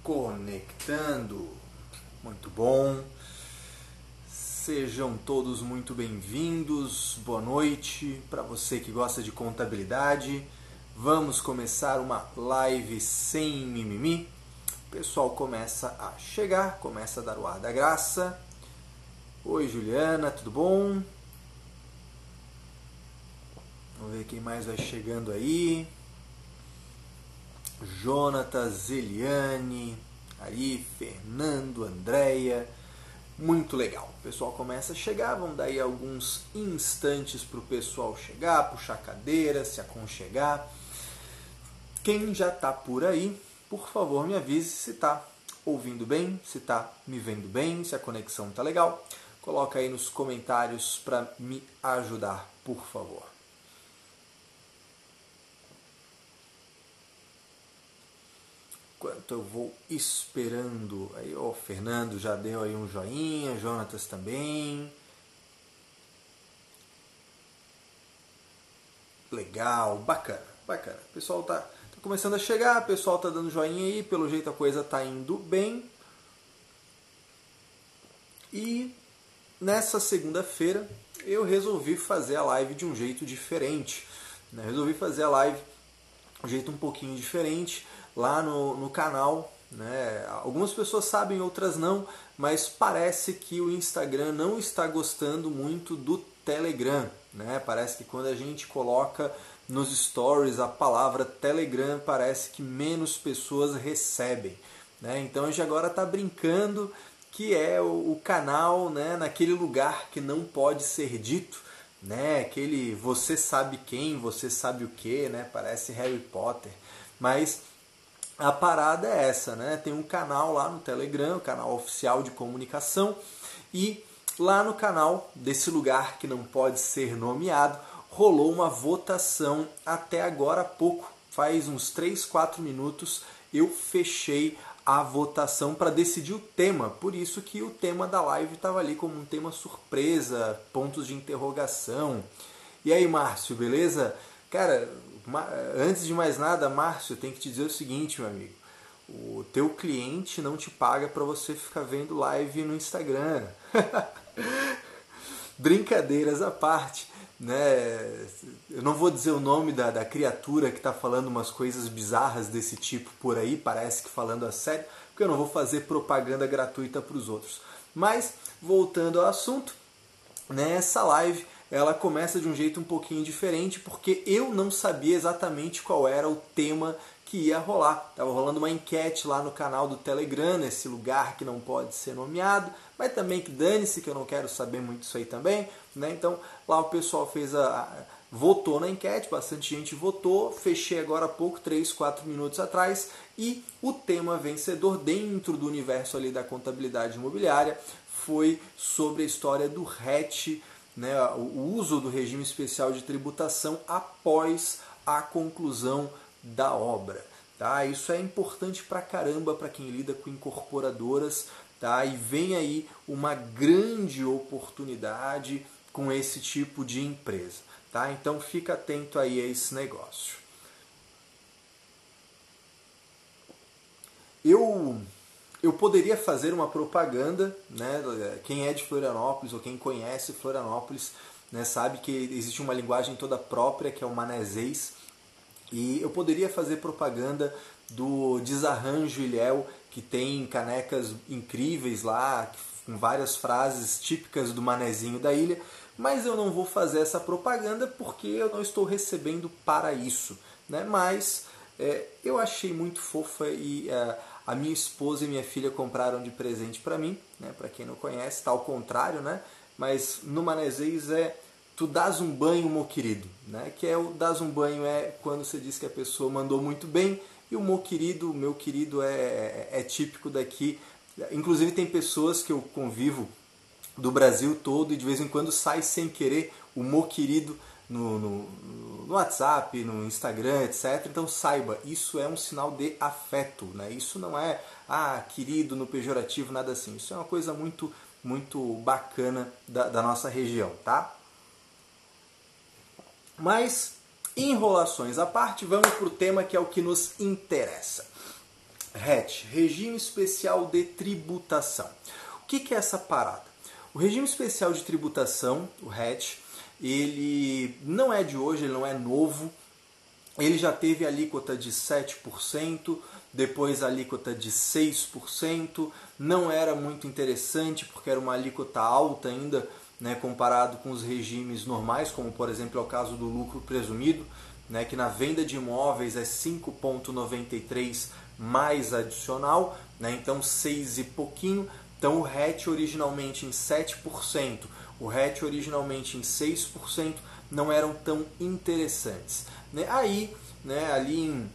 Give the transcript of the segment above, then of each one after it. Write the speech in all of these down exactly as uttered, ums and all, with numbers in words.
Conectando. Muito bom. Sejam todos muito bem-vindos. Boa noite para você que gosta de contabilidade. Vamos começar uma live sem mimimi. O pessoal começa a chegar, começa a dar o ar da graça. Oi, Juliana, tudo bom? Vamos ver quem mais vai chegando aí. Jonatas, Eliane, Ari, Fernando, Andréia. Muito legal. O pessoal começa a chegar, vamos dar aí alguns instantes para o pessoal chegar, puxar a cadeira, se aconchegar. Quem já está por aí, por favor me avise se está ouvindo bem, se está me vendo bem, se a conexão está legal. Coloca aí nos comentários para me ajudar, por favor. Enquanto eu vou esperando, aí o Fernando já deu aí um joinha, Jonatas também. Legal, bacana, bacana. O pessoal tá, tá começando a chegar, o pessoal tá dando joinha aí, pelo jeito a coisa tá indo bem. E nessa segunda-feira eu resolvi fazer a live de um jeito diferente. Né? Resolvi fazer a live de um jeito um pouquinho diferente. Lá no, no canal, né? Algumas pessoas sabem, outras não, mas parece que o Instagram não está gostando muito do Telegram, né? Parece que quando a gente coloca nos stories a palavra Telegram, parece que menos pessoas recebem, né? Então a gente agora está brincando que é o, o canal, né, naquele lugar que não pode ser dito, né? Aquele você sabe quem, você sabe o que, né? Parece Harry Potter, mas a parada é essa, né? Tem um canal lá no Telegram, um canal oficial de comunicação, e lá no canal desse lugar que não pode ser nomeado, rolou uma votação até agora há pouco, faz uns três, quatro minutos, eu fechei a votação para decidir o tema, por isso que o tema da live estava ali como um tema surpresa, pontos de interrogação. E aí, Márcio, beleza? Cara, antes de mais nada, Márcio, eu tenho que te dizer o seguinte, meu amigo. O teu cliente não te paga para você ficar vendo live no Instagram. Brincadeiras à parte, né? Eu não vou dizer o nome da, da criatura que está falando umas coisas bizarras desse tipo por aí, parece que falando a sério, porque eu não vou fazer propaganda gratuita para os outros. Mas, voltando ao assunto, nessa live ela começa de um jeito um pouquinho diferente, porque eu não sabia exatamente qual era o tema que ia rolar. Estava rolando uma enquete lá no canal do Telegram, nesse lugar que não pode ser nomeado, mas também que dane-se, que eu não quero saber muito isso aí também, né? Então lá o pessoal fez a, a votou na enquete, bastante gente votou, fechei agora há pouco, três, quatro minutos atrás, e o tema vencedor dentro do universo ali da contabilidade imobiliária foi sobre a história do R E T, né, o uso do regime especial de tributação após a conclusão da obra. Tá? Isso é importante pra caramba para quem lida com incorporadoras, tá? E vem aí uma grande oportunidade com esse tipo de empresa. Tá? Então fica atento aí a esse negócio. Eu... Eu poderia fazer uma propaganda, né? Quem é de Florianópolis ou quem conhece Florianópolis, né, sabe que existe uma linguagem toda própria que é o manezês, e eu poderia fazer propaganda do Desarranjo Ilhéu, que tem canecas incríveis lá, com várias frases típicas do manezinho da ilha, mas eu não vou fazer essa propaganda porque eu não estou recebendo para isso, né? Mas é, eu achei muito fofa e é, a minha esposa e minha filha compraram de presente para mim, né? Para quem não conhece, tá ao contrário, né? Mas no manezês é tu dás um banho, meu querido, né? Que é o dás um banho é quando você diz que a pessoa mandou muito bem, e o meu querido, meu querido é, é, é típico daqui. Inclusive tem pessoas que eu convivo do Brasil todo e de vez em quando sai sem querer o meu querido no, no, no WhatsApp, no Instagram, etcétera. Então saiba, isso é um sinal de afeto, né? Isso não é, ah, querido no pejorativo, nada assim. Isso é uma coisa muito, muito bacana da, da nossa região, tá? Mas, enrolações à parte, vamos para o tema que é o que nos interessa. R E T, Regime Especial de Tributação. O que, que é essa parada? O Regime Especial de Tributação, o R E T, ele não é de hoje, ele não é novo. Ele já teve alíquota de sete por cento, depois alíquota de seis por cento. Não era muito interessante porque era uma alíquota alta ainda, né, comparado com os regimes normais, como por exemplo é o caso do lucro presumido, né, que na venda de imóveis é cinco vírgula noventa e três mais adicional, né, então seis e pouquinho. Então o R E T originalmente em sete por cento, o R E T originalmente em seis por cento não eram tão interessantes. Né? Aí, né, ali em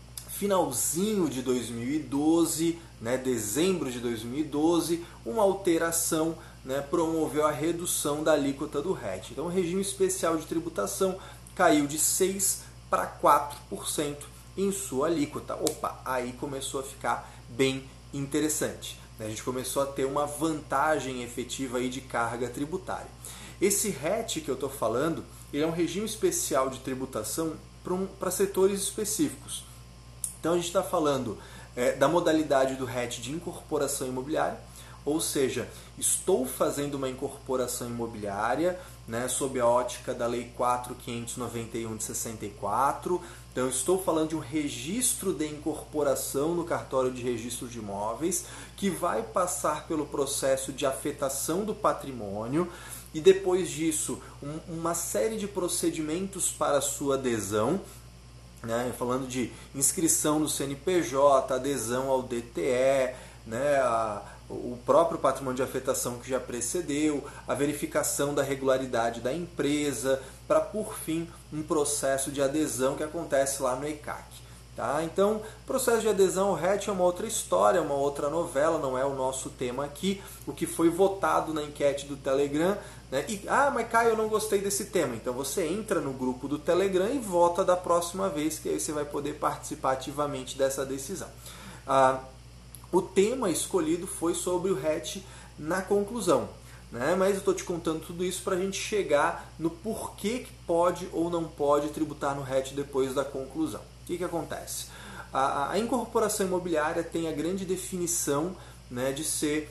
finalzinho de dois mil e doze, né, dezembro de dois mil e doze, uma alteração, né, promoveu a redução da alíquota do R E T. Então o regime especial de tributação caiu de seis por cento para quatro por cento em sua alíquota. Opa, aí começou a ficar bem interessante. Né? A gente começou a ter uma vantagem efetiva aí de carga tributária. Esse R E T que eu estou falando, ele é um regime especial de tributação para um, para setores específicos. Então a gente está falando é, da modalidade do R E T de incorporação imobiliária, ou seja, estou fazendo uma incorporação imobiliária, né, sob a ótica da Lei quatro mil quinhentos e noventa e um de sessenta e quatro. Então estou falando de um registro de incorporação no cartório de registro de imóveis, que vai passar pelo processo de afetação do patrimônio, e depois disso um, uma série de procedimentos para sua adesão, né, falando de inscrição no C N P J, adesão ao D T E, né, a, o próprio patrimônio de afetação que já precedeu, a verificação da regularidade da empresa, para por fim um processo de adesão que acontece lá no E C A C. Tá? Então, processo de adesão ao R E T é uma outra história, uma outra novela, não é o nosso tema aqui. O que foi votado na enquete do Telegram, né? E, ah, mas Caio, eu não gostei desse tema. Então você entra no grupo do Telegram e vota da próxima vez, que aí você vai poder participar ativamente dessa decisão. Ah, o tema escolhido foi sobre o R E T na conclusão. Né? Mas eu estou te contando tudo isso para a gente chegar no porquê que pode ou não pode tributar no R E T depois da conclusão. O que, que acontece? A, a incorporação imobiliária tem a grande definição, né, de ser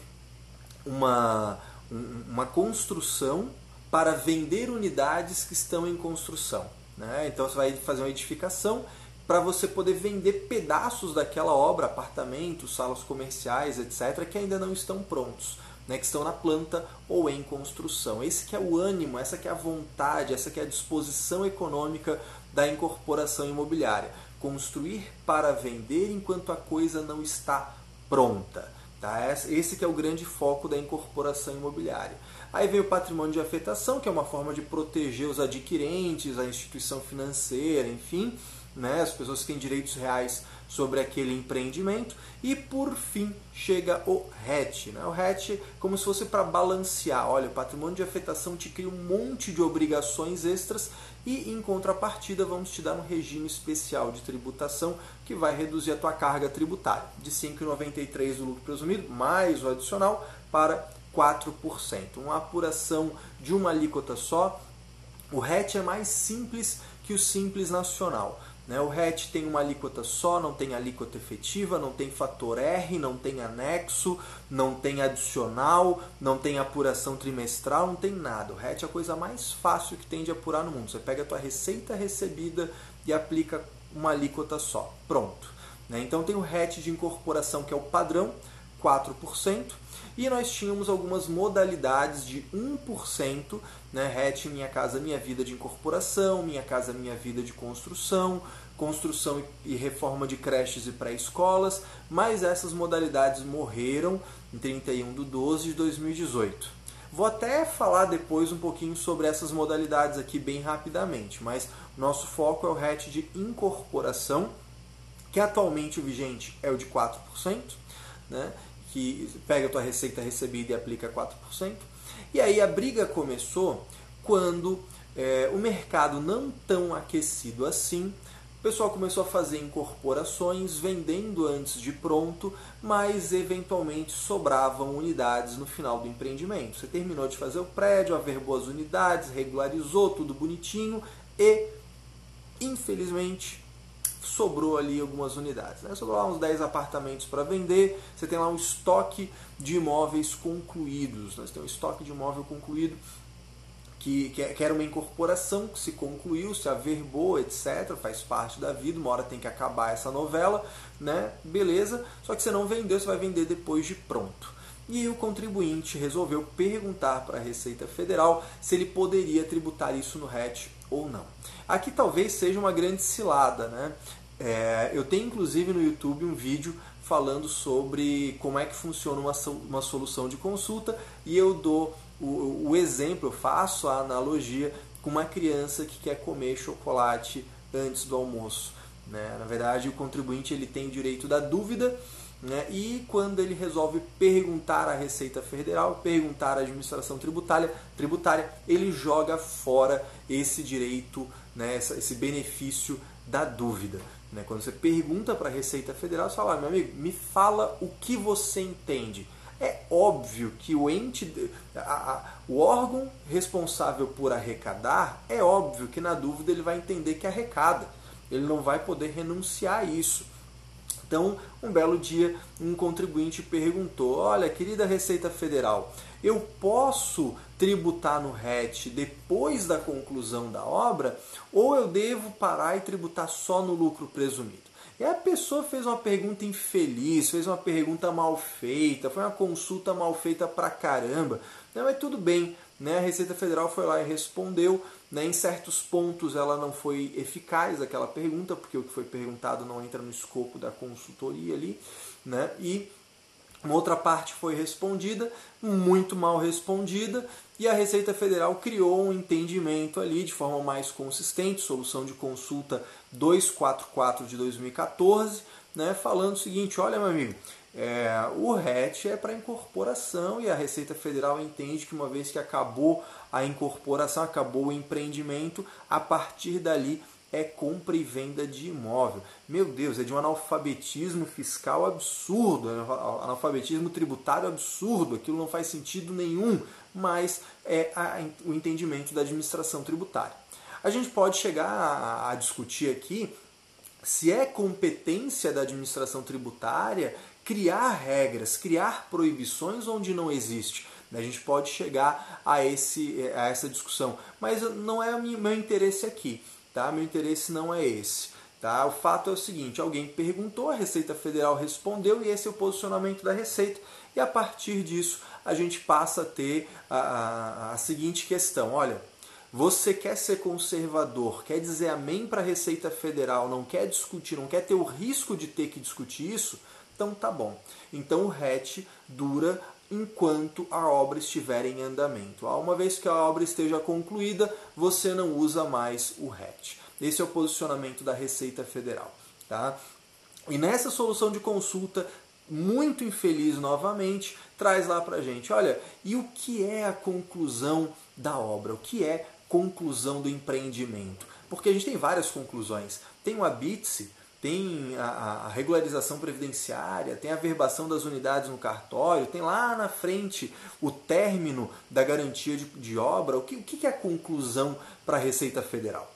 uma, um, uma construção para vender unidades que estão em construção. Né? Então você vai fazer uma edificação para você poder vender pedaços daquela obra, apartamentos, salas comerciais, etcétera, que ainda não estão prontos, né, que estão na planta ou em construção. Esse que é o ânimo, essa que é a vontade, essa que é a disposição econômica da incorporação imobiliária. Construir para vender enquanto a coisa não está pronta. Tá? Esse que é o grande foco da incorporação imobiliária. Aí vem o patrimônio de afetação, que é uma forma de proteger os adquirentes, a instituição financeira, enfim, né, as pessoas que têm direitos reais sobre aquele empreendimento. E por fim chega o R E T. Né? O R E T como se fosse para balancear. Olha, o patrimônio de afetação te cria um monte de obrigações extras e em contrapartida vamos te dar um regime especial de tributação que vai reduzir a tua carga tributária de cinco vírgula noventa e três por cento do lucro presumido mais o adicional para quatro por cento. Uma apuração de uma alíquota só. O R E T é mais simples que o Simples Nacional. O R E T tem uma alíquota só, não tem alíquota efetiva, não tem fator R, não tem anexo, não tem adicional, não tem apuração trimestral, não tem nada. O R E T é a coisa mais fácil que tem de apurar no mundo. Você pega a tua receita recebida e aplica uma alíquota só. Pronto. Então tem o R E T de incorporação, que é o padrão, quatro por cento. E nós tínhamos algumas modalidades de um por cento, né? R E T Minha Casa Minha Vida de incorporação, Minha Casa Minha Vida de construção, construção e reforma de creches e pré-escolas, mas essas modalidades morreram em trinta e um de doze de dois mil e dezoito. Vou até falar depois um pouquinho sobre essas modalidades aqui bem rapidamente, mas nosso foco é o R E T de incorporação, que atualmente o vigente é o de quatro por cento, né? Que pega a tua receita recebida e aplica quatro por cento. E aí a briga começou quando é, o mercado não tão aquecido assim, o pessoal começou a fazer incorporações, vendendo antes de pronto, mas eventualmente sobravam unidades no final do empreendimento. Você terminou de fazer o prédio, averbou as unidades, regularizou tudo bonitinho e, infelizmente, sobrou ali algumas unidades, né? Sobrou lá uns dez apartamentos para vender, você tem lá um estoque de imóveis concluídos, né? Você tem um estoque de imóvel concluído que, que era uma incorporação que se concluiu, se averbou, etcétera, faz parte da vida, uma hora tem que acabar essa novela, né? Beleza, só que você não vendeu, você vai vender depois de pronto. E o contribuinte resolveu perguntar para a Receita Federal se ele poderia tributar isso no R E T ou não. Aqui talvez seja uma grande cilada, né? É, eu tenho inclusive no YouTube um vídeo falando sobre como é que funciona uma, uma solução de consulta e eu dou o, o exemplo, eu faço a analogia com uma criança que quer comer chocolate antes do almoço, né? Na verdade, o contribuinte ele tem o direito da dúvida, né? E quando ele resolve perguntar à Receita Federal, perguntar à administração tributária, tributária ele joga fora esse direito, né? Esse benefício da dúvida. Né? Quando você pergunta para a Receita Federal, você fala, ah, meu amigo, me fala o que você entende. É óbvio que o ente, a, a, o órgão responsável por arrecadar, é óbvio que na dúvida ele vai entender que arrecada. Ele não vai poder renunciar a isso. Então, um belo dia, um contribuinte perguntou, olha, querida Receita Federal, eu posso tributar no R E T depois da conclusão da obra ou eu devo parar e tributar só no lucro presumido? E a pessoa fez uma pergunta infeliz, fez uma pergunta mal feita, foi uma consulta mal feita pra caramba. Não, mas tudo bem, né? A Receita Federal foi lá e respondeu. Né? Em certos pontos ela não foi eficaz, aquela pergunta, porque o que foi perguntado não entra no escopo da consultoria ali. Né? E uma outra parte foi respondida, muito mal respondida, e a Receita Federal criou um entendimento ali de forma mais consistente, solução de consulta duzentos e quarenta e quatro de dois mil e quatorze, né, falando o seguinte, olha meu amigo, é, o R E T é para incorporação e a Receita Federal entende que uma vez que acabou a incorporação, acabou o empreendimento, a partir dali é compra e venda de imóvel. Meu Deus, é de um analfabetismo fiscal absurdo, analfabetismo tributário absurdo, aquilo não faz sentido nenhum, mas é a, o entendimento da administração tributária. A gente pode chegar a, a discutir aqui se é competência da administração tributária criar regras, criar proibições onde não existe. A gente pode chegar a, esse, a essa discussão, mas não é o meu interesse aqui. Tá? Meu interesse não é esse. Tá? O fato é o seguinte, alguém perguntou, a Receita Federal respondeu e esse é o posicionamento da Receita. E a partir disso a gente passa a ter a, a, a seguinte questão, olha, você quer ser conservador, quer dizer amém para a Receita Federal, não quer discutir, não quer ter o risco de ter que discutir isso? Então tá bom. Então o R E T dura enquanto a obra estiver em andamento. Uma vez que a obra esteja concluída, você não usa mais o R E T. Esse é o posicionamento da Receita Federal. Tá? E nessa solução de consulta, muito infeliz novamente, traz lá pra gente, olha, e o que é a conclusão da obra? O que é conclusão do empreendimento? Porque a gente tem várias conclusões. Tem o habite-se, tem a, a regularização previdenciária, tem a averbação das unidades no cartório, tem lá na frente o término da garantia de, de obra. O que, o que é a conclusão para a Receita Federal?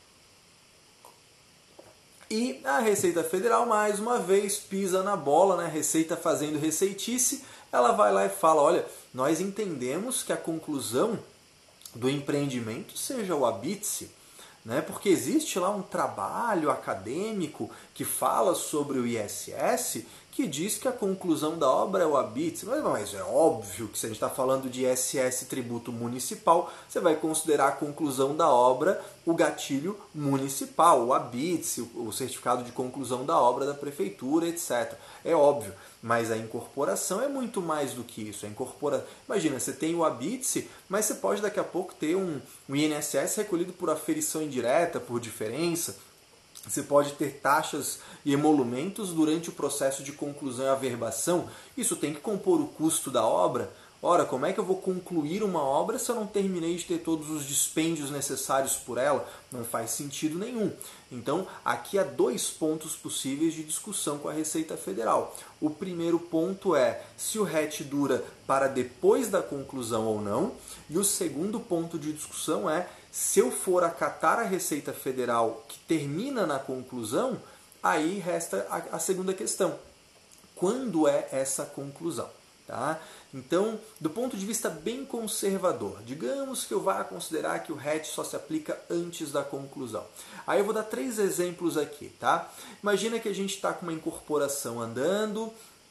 E a Receita Federal, mais uma vez, pisa na bola, né? Receita fazendo receitice, ela vai lá e fala, olha, nós entendemos que a conclusão do empreendimento seja o habite-se, né? Porque existe lá um trabalho acadêmico que fala sobre o I S S que diz que a conclusão da obra é o habite-se. Mas, mas é óbvio que se a gente está falando de I S S tributo municipal, você vai considerar a conclusão da obra o gatilho municipal, o habite-se, o certificado de conclusão da obra da prefeitura, etcétera. É óbvio. Mas a incorporação é muito mais do que isso. A incorpora... Imagina, você tem o habite-se, mas você pode daqui a pouco ter um, um I N S S recolhido por aferição indireta, por diferença. Você pode ter taxas e emolumentos durante o processo de conclusão e averbação. Isso tem que compor o custo da obra. Ora, como é que eu vou concluir uma obra se eu não terminei de ter todos os dispêndios necessários por ela? Não faz sentido nenhum. Então, aqui há dois pontos possíveis de discussão com a Receita Federal. O primeiro ponto é se o R E T dura para depois da conclusão ou não. E o segundo ponto de discussão é se eu for acatar a Receita Federal que termina na conclusão, Aí resta a, a segunda questão. Quando é essa conclusão? Tá? Então, do ponto de vista bem conservador, digamos que eu vá considerar que o hatch só se aplica antes da conclusão. Aí eu vou dar três exemplos aqui. Tá? Imagina que a gente está com uma incorporação andando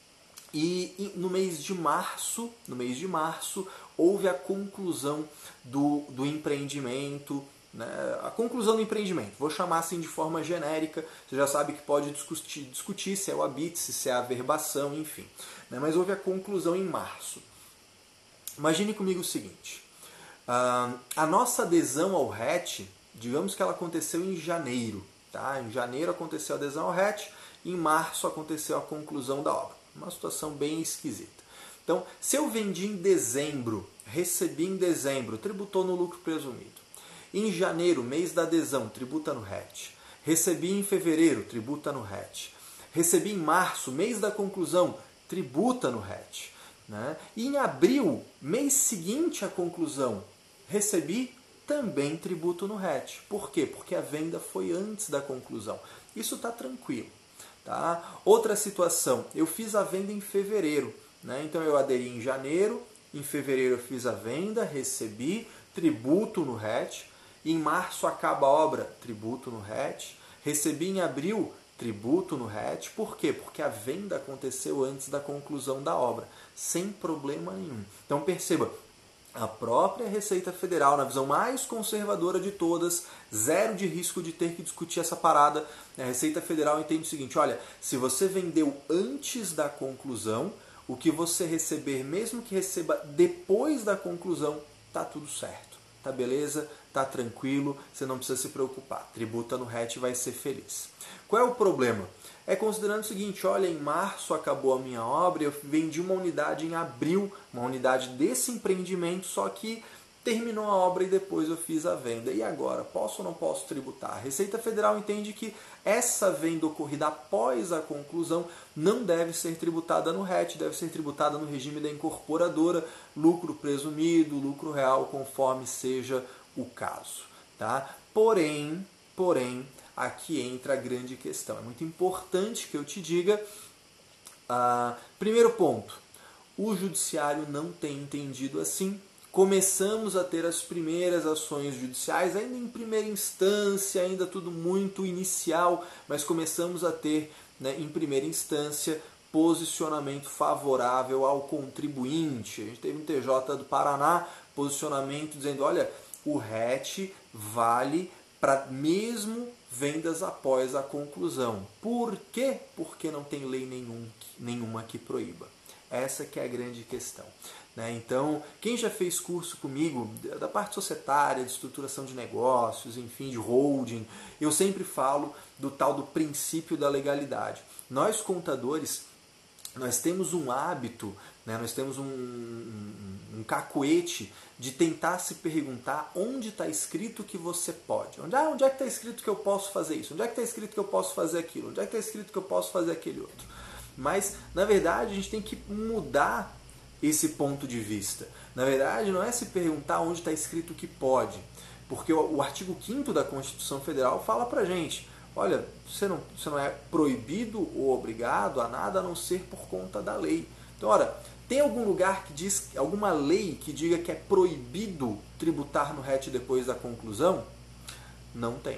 e no mês de março, no mês de março, houve a conclusão do, do empreendimento, né? A conclusão do empreendimento, vou chamar assim de forma genérica, você já sabe que pode discutir, discutir se é o habite, se é a averbação, enfim. Né? Mas houve a conclusão em março. Imagine comigo o seguinte, uh, a nossa adesão ao hatch, digamos que ela aconteceu em janeiro. Tá? Em janeiro aconteceu a adesão ao hatch, em março aconteceu a conclusão da obra. Uma situação bem esquisita. Então, se eu vendi em dezembro, recebi em dezembro, tributou no lucro presumido. Em janeiro, mês da adesão, tributa no hatch. Recebi em fevereiro, tributa no hatch. Recebi em março, mês da conclusão, tributa no hatch. Né? E em abril, mês seguinte à conclusão, recebi, também tributo no hatch. Por quê? Porque a venda foi antes da conclusão. Isso está tranquilo. Tá? Outra situação, eu fiz a venda em fevereiro. Né? Então eu aderi em janeiro, em fevereiro eu fiz a venda, recebi, tributo no hatch. Em março acaba a obra, tributo no hatch. Recebi em abril, tributo no hatch. Por quê? Porque a venda aconteceu antes da conclusão da obra, sem problema nenhum. Então perceba, a própria Receita Federal, na visão mais conservadora de todas, zero de risco de ter que discutir essa parada. A Receita Federal entende o seguinte, olha, se você vendeu antes da conclusão, o que você receber, mesmo que receba depois da conclusão, tá tudo certo. Tá beleza? Tá tranquilo, você não precisa se preocupar. Tributa no hatch e vai ser feliz. Qual é o problema? É considerando o seguinte, olha, em março acabou a minha obra, eu vendi uma unidade em abril, uma unidade desse empreendimento, só que terminou a obra e depois eu fiz a venda. E agora, posso ou não posso tributar? A Receita Federal entende que essa venda ocorrida após a conclusão não deve ser tributada no hatch, deve ser tributada no regime da incorporadora, lucro presumido, lucro real, conforme seja o caso. Tá? Porém, porém, aqui entra a grande questão. É muito importante que eu te diga, uh, primeiro ponto, o judiciário não tem entendido assim. Começamos a ter as primeiras ações judiciais, ainda em primeira instância, ainda tudo muito inicial, mas começamos a ter, né, em primeira instância, posicionamento favorável ao contribuinte. A gente teve um T J do Paraná, posicionamento dizendo, olha, o hatch vale para mesmo vendas após a conclusão. Por quê? Porque não tem lei nenhum, nenhuma que proíba. Essa que é a grande questão. Né? Então, quem já fez curso comigo, da parte societária, de estruturação de negócios, enfim, de holding, eu sempre falo do tal do princípio da legalidade. Nós, contadores, nós temos um hábito, né? Nós temos um, um, um cacuete de tentar se perguntar onde está escrito que você pode. Onde, ah, onde é que está escrito que eu posso fazer isso? Onde é que está escrito que eu posso fazer aquilo? Onde é que está escrito que eu posso fazer aquele outro? Mas, na verdade, a gente tem que mudar esse ponto de vista. Na verdade, não é se perguntar onde está escrito que pode, porque o, o artigo quinto da Constituição Federal fala pra gente, olha, você não, você não é proibido ou obrigado a nada a não ser por conta da lei. Então, ora, tem algum lugar que diz, alguma lei que diga que é proibido tributar no hatch depois da conclusão? Não tem.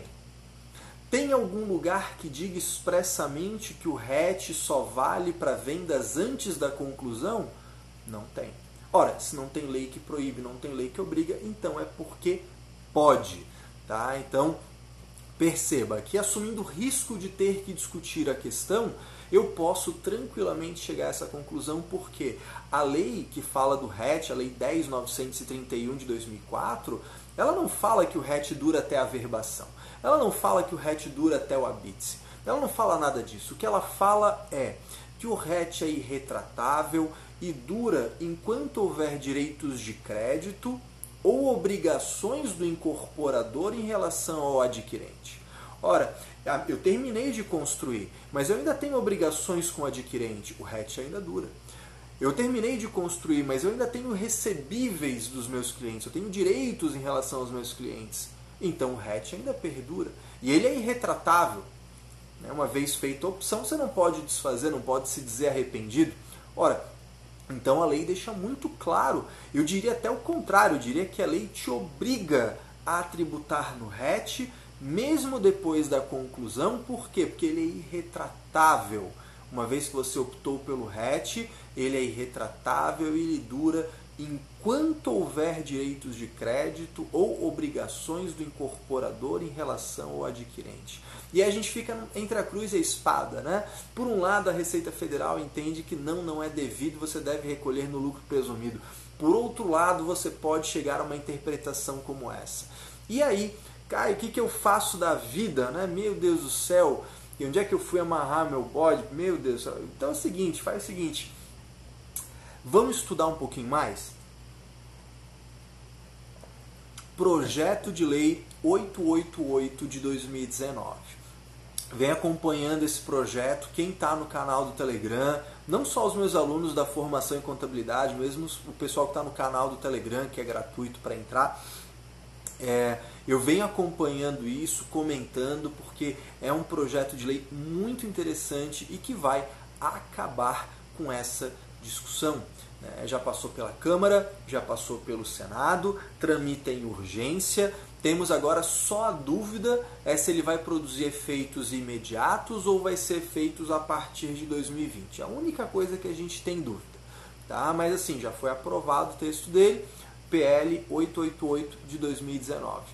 Tem algum lugar que diga expressamente que o hatch só vale para vendas antes da conclusão? Não tem. Ora, se não tem lei que proíbe, não tem lei que obriga, então é porque pode. Tá? Então, perceba que assumindo o risco de ter que discutir a questão, eu posso tranquilamente chegar a essa conclusão, porque a lei que fala do hatch, a Lei dez mil novecentos e trinta e um de dois mil e quatro, ela não fala que o hatch dura até a averbação. Ela não fala que o hatch dura até o habite. Ela não fala nada disso. O que ela fala é que o hatch é irretratável e dura enquanto houver direitos de crédito ou obrigações do incorporador em relação ao adquirente. Ora, eu terminei de construir, mas eu ainda tenho obrigações com o adquirente, o hatch ainda dura. Eu terminei de construir, mas eu ainda tenho recebíveis dos meus clientes, eu tenho direitos em relação aos meus clientes. Então o hatch ainda perdura. E ele é irretratável. Uma vez feita a opção, você não pode desfazer, não pode se dizer arrependido. Ora, então a lei deixa muito claro, eu diria até o contrário, eu diria que a lei te obriga a tributar no R E T, mesmo depois da conclusão. Por quê? Porque ele é irretratável. Uma vez que você optou pelo R E T, ele é irretratável e ele dura enquanto houver direitos de crédito ou obrigações do incorporador em relação ao adquirente. E aí a gente fica entre a cruz e a espada, né? Por um lado, a Receita Federal entende que não, não é devido, você deve recolher no lucro presumido. Por outro lado, você pode chegar a uma interpretação como essa. E aí, Caio, o que, que eu faço da vida, né? Meu Deus do céu, e onde é que eu fui amarrar meu bode? Meu Deus do céu. Então é o seguinte, faz o seguinte, vamos estudar um pouquinho mais? Projeto de Lei oitocentos e oitenta e oito de dois mil e dezenove. Vem acompanhando esse projeto, quem está no canal do Telegram, não só os meus alunos da formação em contabilidade, mesmo o pessoal que está no canal do Telegram, que é gratuito para entrar, é, eu venho acompanhando isso, comentando, porque é um projeto de lei muito interessante e que vai acabar com essa discussão. Já passou pela Câmara, já passou pelo Senado, tramita em urgência. Temos agora só a dúvida é se ele vai produzir efeitos imediatos ou vai ser efeitos a partir de dois mil e vinte. A única coisa que a gente tem dúvida. Tá? Mas assim, já foi aprovado o texto dele, P L oitocentos e oitenta e oito de dois mil e dezenove.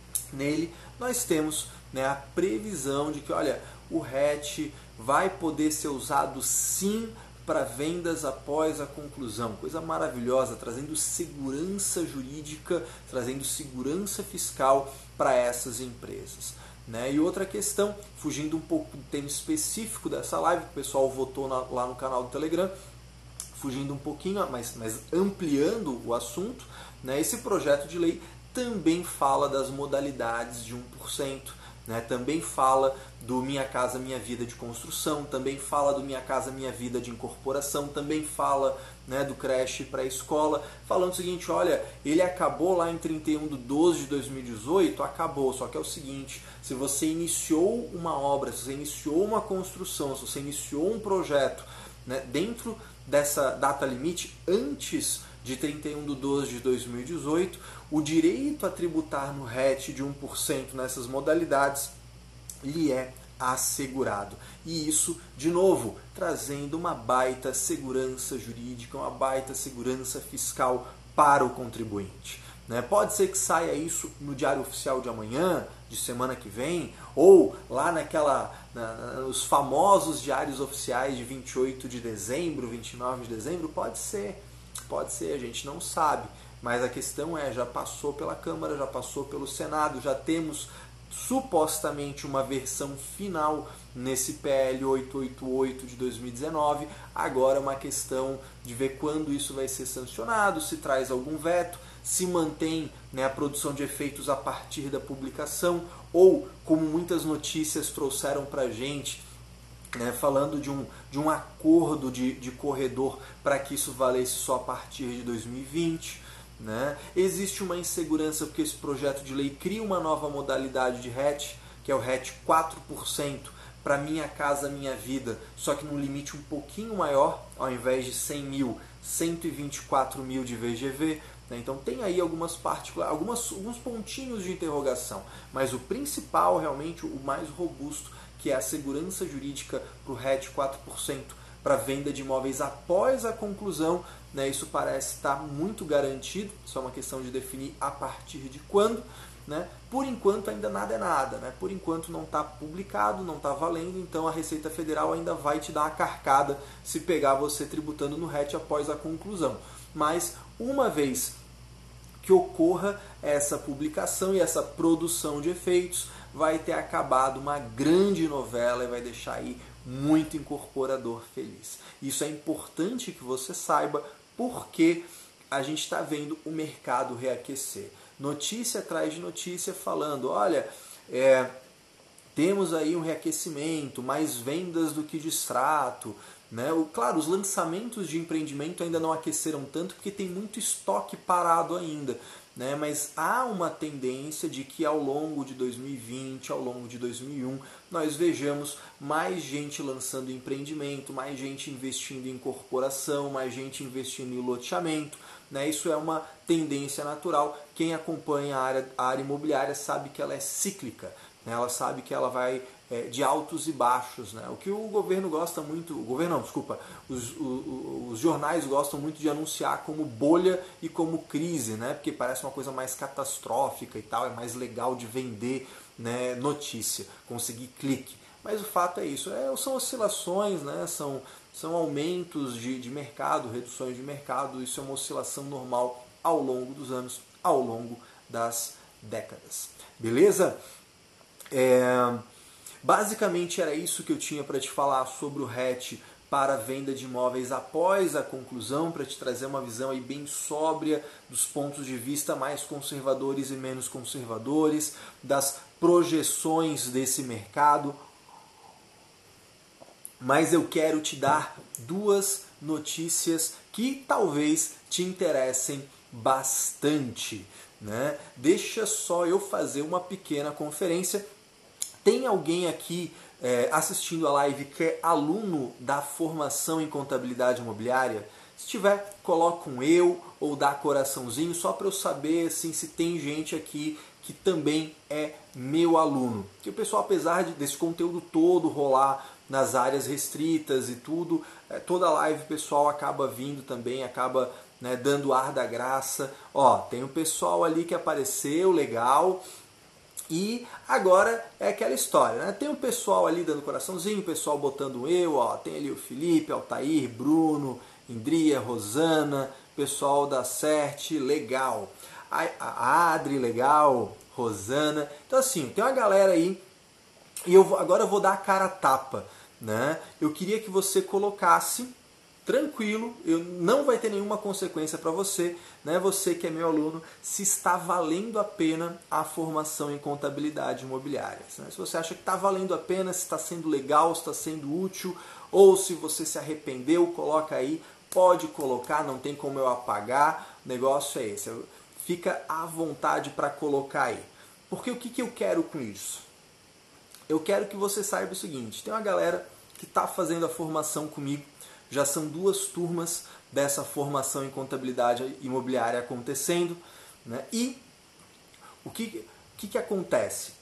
Nele nós temos, né, a previsão de que, olha, o R E T vai poder ser usado sim para vendas após a conclusão. Coisa maravilhosa, trazendo segurança jurídica, trazendo segurança fiscal para essas empresas. Né? E outra questão, fugindo um pouco do tema específico dessa live, que o pessoal votou na, lá no canal do Telegram, fugindo um pouquinho, mas, mas ampliando o assunto, né? Esse projeto de lei também fala das modalidades de um por cento, né? Também fala do Minha Casa Minha Vida de construção, também fala do Minha Casa Minha Vida de incorporação, também fala, né, do creche para a escola, falando o seguinte, olha, ele acabou lá em trinta e um de doze de dois mil e dezoito, acabou, só que é o seguinte, se você iniciou uma obra, se você iniciou uma construção, se você iniciou um projeto, né, dentro dessa data limite, antes de trinta e um de doze de dois mil e dezoito, o direito a tributar no R E T de um por cento nessas modalidades lhe é assegurado. E isso, de novo, trazendo uma baita segurança jurídica, uma baita segurança fiscal para o contribuinte. Né? Pode ser que saia isso no Diário Oficial de amanhã, de semana que vem, ou lá naquela, na, nos famosos diários oficiais de vinte e oito de dezembro, vinte e nove de dezembro, pode ser, pode ser, a gente não sabe. Mas a questão é, já passou pela Câmara, já passou pelo Senado, já temos supostamente uma versão final nesse P L oitocentos e oitenta e oito de dois mil e dezenove. Agora é uma questão de ver quando isso vai ser sancionado, se traz algum veto, se mantém, né, a produção de efeitos a partir da publicação, ou, como muitas notícias trouxeram para a gente, né, falando de um, de um acordo de, de corredor para que isso valesse só a partir de dois mil e vinte. Né? Existe uma insegurança porque esse projeto de lei cria uma nova modalidade de R E T, que é o R E T quatro por cento para Minha Casa Minha Vida, só que num limite um pouquinho maior, ao invés de cem mil, cento e vinte e quatro mil de V G V. Né? Então tem aí algumas particulares, algumas, alguns pontinhos de interrogação, mas o principal, realmente o mais robusto, que é a segurança jurídica para o R E T quatro por cento para venda de imóveis após a conclusão, né? Isso parece estar muito garantido, só uma questão de definir a partir de quando. Né? Por enquanto ainda nada é nada, né? Por enquanto não está publicado, não está valendo, então a Receita Federal ainda vai te dar uma carcada se pegar você tributando no R E T após a conclusão. Mas uma vez que ocorra essa publicação e essa produção de efeitos, vai ter acabado uma grande novela e vai deixar aí muito incorporador feliz. Isso é importante que você saiba, porque a gente está vendo o mercado reaquecer. Notícia atrás de notícia falando, olha, é, temos aí um reaquecimento, mais vendas do que de extrato. Né? O, claro, os lançamentos de empreendimento ainda não aqueceram tanto porque tem muito estoque parado ainda. né? Mas há uma tendência de que ao longo de dois mil e vinte, ao longo de dois mil e um, nós vejamos mais gente lançando empreendimento, mais gente investindo em corporação, mais gente investindo em loteamento, né? Isso é uma tendência natural. Quem acompanha a área, a área imobiliária sabe que ela é cíclica, né? Ela sabe que ela vai é, de altos e baixos, né? O que o governo gosta muito, o governo não, desculpa, os, os, os jornais gostam muito de anunciar como bolha e como crise, né? Porque parece uma coisa mais catastrófica e tal, é mais legal de vender, né, notícia, conseguir clique. Mas o fato é isso, é, são oscilações, né, são, são aumentos de, de mercado, reduções de mercado, isso é uma oscilação normal ao longo dos anos, ao longo das décadas. Beleza? É, basicamente era isso que eu tinha para te falar sobre o hatch para a venda de imóveis após a conclusão, para te trazer uma visão aí bem sóbria dos pontos de vista mais conservadores e menos conservadores, das projeções desse mercado. Mas eu quero te dar duas notícias que talvez te interessem bastante, né? Deixa só eu fazer uma pequena conferência. Tem alguém aqui é, assistindo a live que é aluno da formação em contabilidade imobiliária? Se tiver, coloca um eu ou dá coraçãozinho, só para eu saber assim, se tem gente aqui que também é meu aluno. Que o pessoal, apesar de, desse conteúdo todo rolar nas áreas restritas e tudo, é, toda live o pessoal acaba vindo também, acaba, né, dando ar da graça. Ó, tem um pessoal ali que apareceu, legal. E agora é aquela história, né? Tem um pessoal ali dando coraçãozinho, o pessoal botando um eu, ó, tem ali o Felipe, Altair, Bruno, Indria, Rosana, pessoal da Cert, legal. A, a Adri, legal, Rosana. Então assim, tem uma galera aí, e eu vou, agora eu vou dar a cara a tapa, né? Eu queria que você colocasse tranquilo, eu, não vai ter nenhuma consequência para você, né? Você que é meu aluno, se está valendo a pena a formação em contabilidade imobiliária. Né? Se você acha que está valendo a pena, se está sendo legal, se está sendo útil, ou se você se arrependeu, coloca aí, pode colocar, não tem como eu apagar, o negócio é esse. Fica à vontade para colocar aí. Porque o que, que eu quero com isso? Eu quero que você saiba o seguinte, tem uma galera que está fazendo a formação comigo, já são duas turmas dessa formação em contabilidade imobiliária acontecendo, né? E o que, o que, que acontece?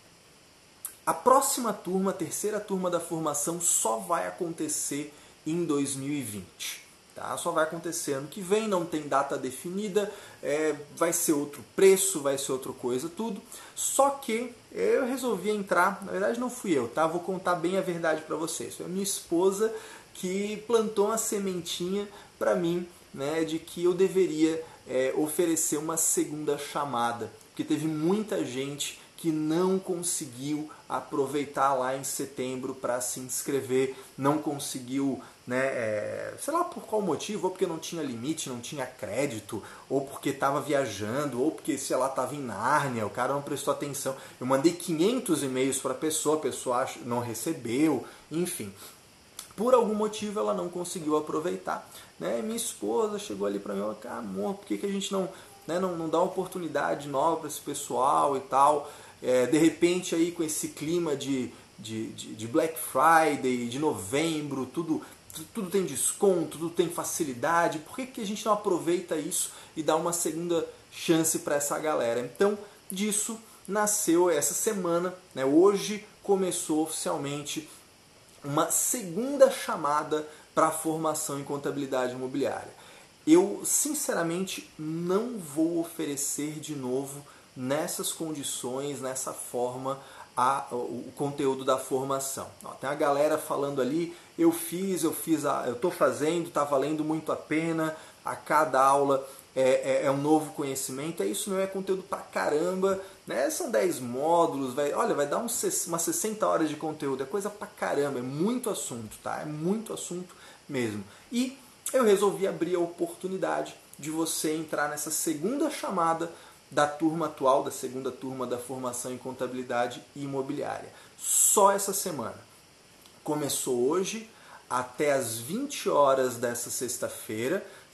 A próxima turma, a terceira turma da formação, só vai acontecer em dois mil e vinte. Tá? Só vai acontecer ano que vem, não tem data definida, é, vai ser outro preço, vai ser outra coisa, tudo. Só que eu resolvi entrar, na verdade não fui eu, tá? Vou contar bem a verdade para vocês. Foi a minha esposa que plantou uma sementinha para mim, né, de que eu deveria é, oferecer uma segunda chamada, porque teve muita gente que não conseguiu aproveitar lá em setembro para se inscrever, não conseguiu, né, é, sei lá por qual motivo, ou porque não tinha limite, não tinha crédito, ou porque estava viajando, ou porque, sei lá, estava em Nárnia, o cara não prestou atenção. Eu mandei quinhentos e-mails para a pessoa, a pessoa não recebeu, enfim. Por algum motivo ela não conseguiu aproveitar. Né? E minha esposa chegou ali para mim e falou, amor, por que, que a gente não, né, não, não dá uma oportunidade nova para esse pessoal e tal? É, de repente aí com esse clima de, de, de, de Black Friday, de novembro, tudo, tudo tem desconto, tudo tem facilidade. Por que, que a gente não aproveita isso e dá uma segunda chance para essa galera? Então disso nasceu essa semana, né? Hoje começou oficialmente uma segunda chamada para a formação em contabilidade imobiliária. Eu, sinceramente, não vou oferecer de novo nessas condições, nessa forma, a, o, o conteúdo da formação. Ó, tem a galera falando ali, eu fiz, eu fiz, a, eu estou fazendo, está valendo muito a pena, a cada aula é, é, é um novo conhecimento, é isso, não é conteúdo pra caramba, né? São dez módulos, vai, olha, vai dar uns, umas sessenta horas de conteúdo, é coisa pra caramba, é muito assunto, tá? É muito assunto mesmo. E eu resolvi abrir a oportunidade de você entrar nessa segunda chamada da turma atual, da segunda turma da formação em contabilidade imobiliária. Só essa semana. Começou hoje até as vinte horas dessa sexta-feira.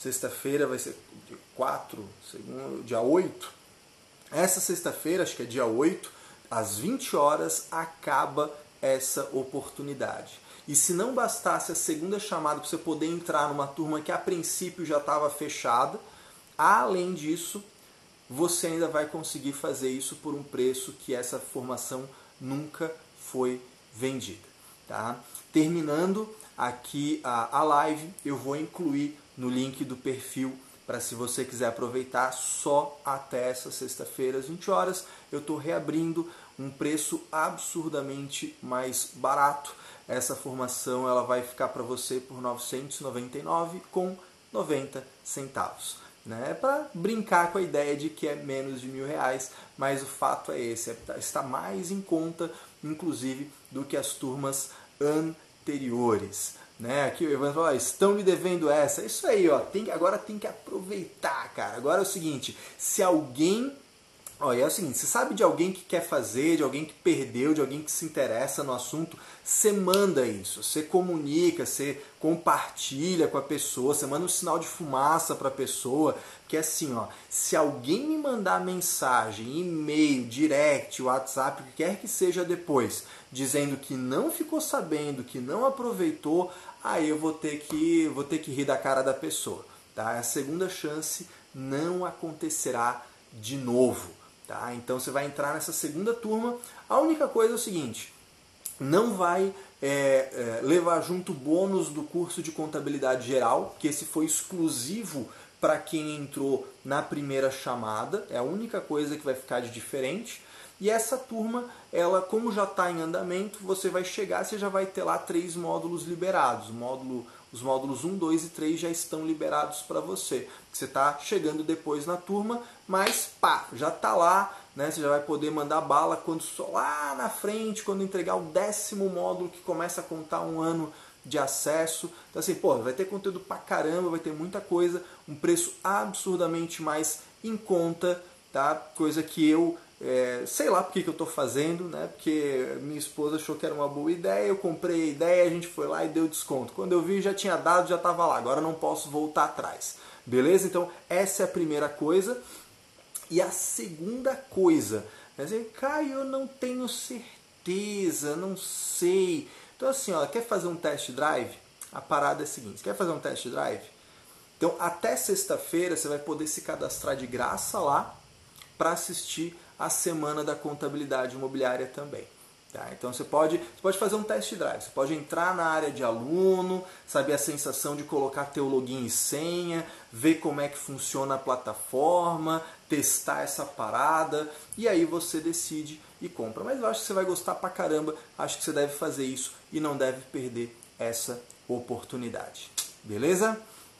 sexta-feira vai ser dia quatro, segundo, dia oito. Essa sexta-feira, acho que é dia oito, às vinte horas, acaba essa oportunidade. E se não bastasse a segunda chamada para você poder entrar numa turma que a princípio já estava fechada, além disso, você ainda vai conseguir fazer isso por um preço que essa formação nunca foi vendida. Tá? Terminando aqui a, a live, eu vou incluir no link do perfil para, se você quiser aproveitar, só até essa sexta-feira às vinte horas. Eu estou reabrindo um preço absurdamente mais barato. Essa formação ela vai ficar para você por novecentos e noventa e nove reais com noventa centavos. Né? Para brincar com a ideia de que é menos de mil reais, mas o fato é esse, é, está mais em conta, inclusive, do que as turmas anteriores. Né? Aqui o Evandro fala, estão me devendo essa. Isso aí, ó, tem, agora tem que aproveitar, cara. Agora é o seguinte, se alguém... Olha, é o seguinte, você sabe de alguém que quer fazer, de alguém que perdeu, de alguém que se interessa no assunto, você manda isso, você comunica, você compartilha com a pessoa, você manda um sinal de fumaça para a pessoa, que é assim, ó, se alguém me mandar mensagem, e-mail, direct, WhatsApp, o que quer que seja depois, dizendo que não ficou sabendo, que não aproveitou, aí eu vou ter que, vou ter que rir da cara da pessoa. Tá? A segunda chance não acontecerá de novo. Tá? Então você vai entrar nessa segunda turma. A única coisa é o seguinte, não vai é, é, levar junto o bônus do curso de contabilidade geral, que esse foi exclusivo para quem entrou na primeira chamada, é a única coisa que vai ficar de diferente. E essa turma, ela, como já está em andamento, você vai chegar, você já vai ter lá três módulos liberados. O módulo, os módulos um, dois e três já estão liberados para você. Você está chegando depois na turma, mas pá, já está lá, né? Você já vai poder mandar bala quando só lá na frente, quando entregar o décimo módulo que começa a contar um ano de acesso. Então assim, pô, vai ter conteúdo pra caramba, vai ter muita coisa, um preço absurdamente mais em conta, tá? Coisa que eu... É, sei lá porque que eu estou fazendo, né? Porque minha esposa achou que era uma boa ideia, eu comprei a ideia, a gente foi lá e deu desconto. Quando eu vi já tinha dado, já estava lá, agora não posso voltar atrás. Beleza? Então essa é a primeira coisa. E a segunda coisa, quer dizer, Caio, eu não tenho certeza, não sei. Então assim, ó, quer fazer um test drive? A parada é a seguinte, quer fazer um test drive? Então até sexta-feira você vai poder se cadastrar de graça lá para assistir a semana da contabilidade imobiliária também. Tá? Então você pode, você pode fazer um test drive, você pode entrar na área de aluno, saber a sensação de colocar teu login e senha, ver como é que funciona a plataforma, testar essa parada e aí você decide e compra. Mas eu acho que você vai gostar pra caramba, acho que você deve fazer isso e não deve perder essa oportunidade. Beleza?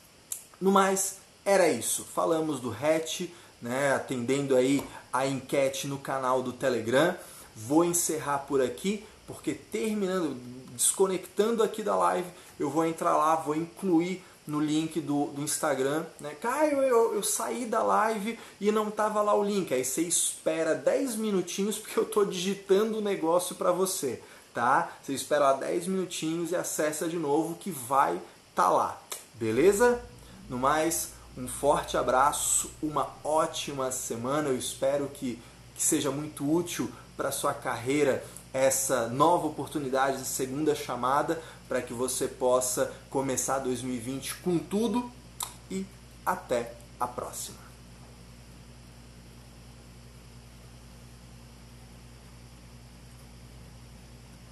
No mais, era isso. Falamos do hatch, né, atendendo aí a enquete no canal do Telegram. Vou encerrar por aqui, porque terminando, desconectando aqui da live, eu vou entrar lá, vou incluir no link do, do Instagram, né? Caio, eu, eu saí da live e não tava lá o link. Aí você espera dez minutinhos, porque eu tô digitando o negócio para você, tá? Você espera lá dez minutinhos e acessa de novo, que vai tá lá, beleza? No mais, um forte abraço, uma ótima semana. Eu espero que, que seja muito útil para a sua carreira essa nova oportunidade de segunda chamada, para que você possa começar dois mil e vinte com tudo e até a próxima.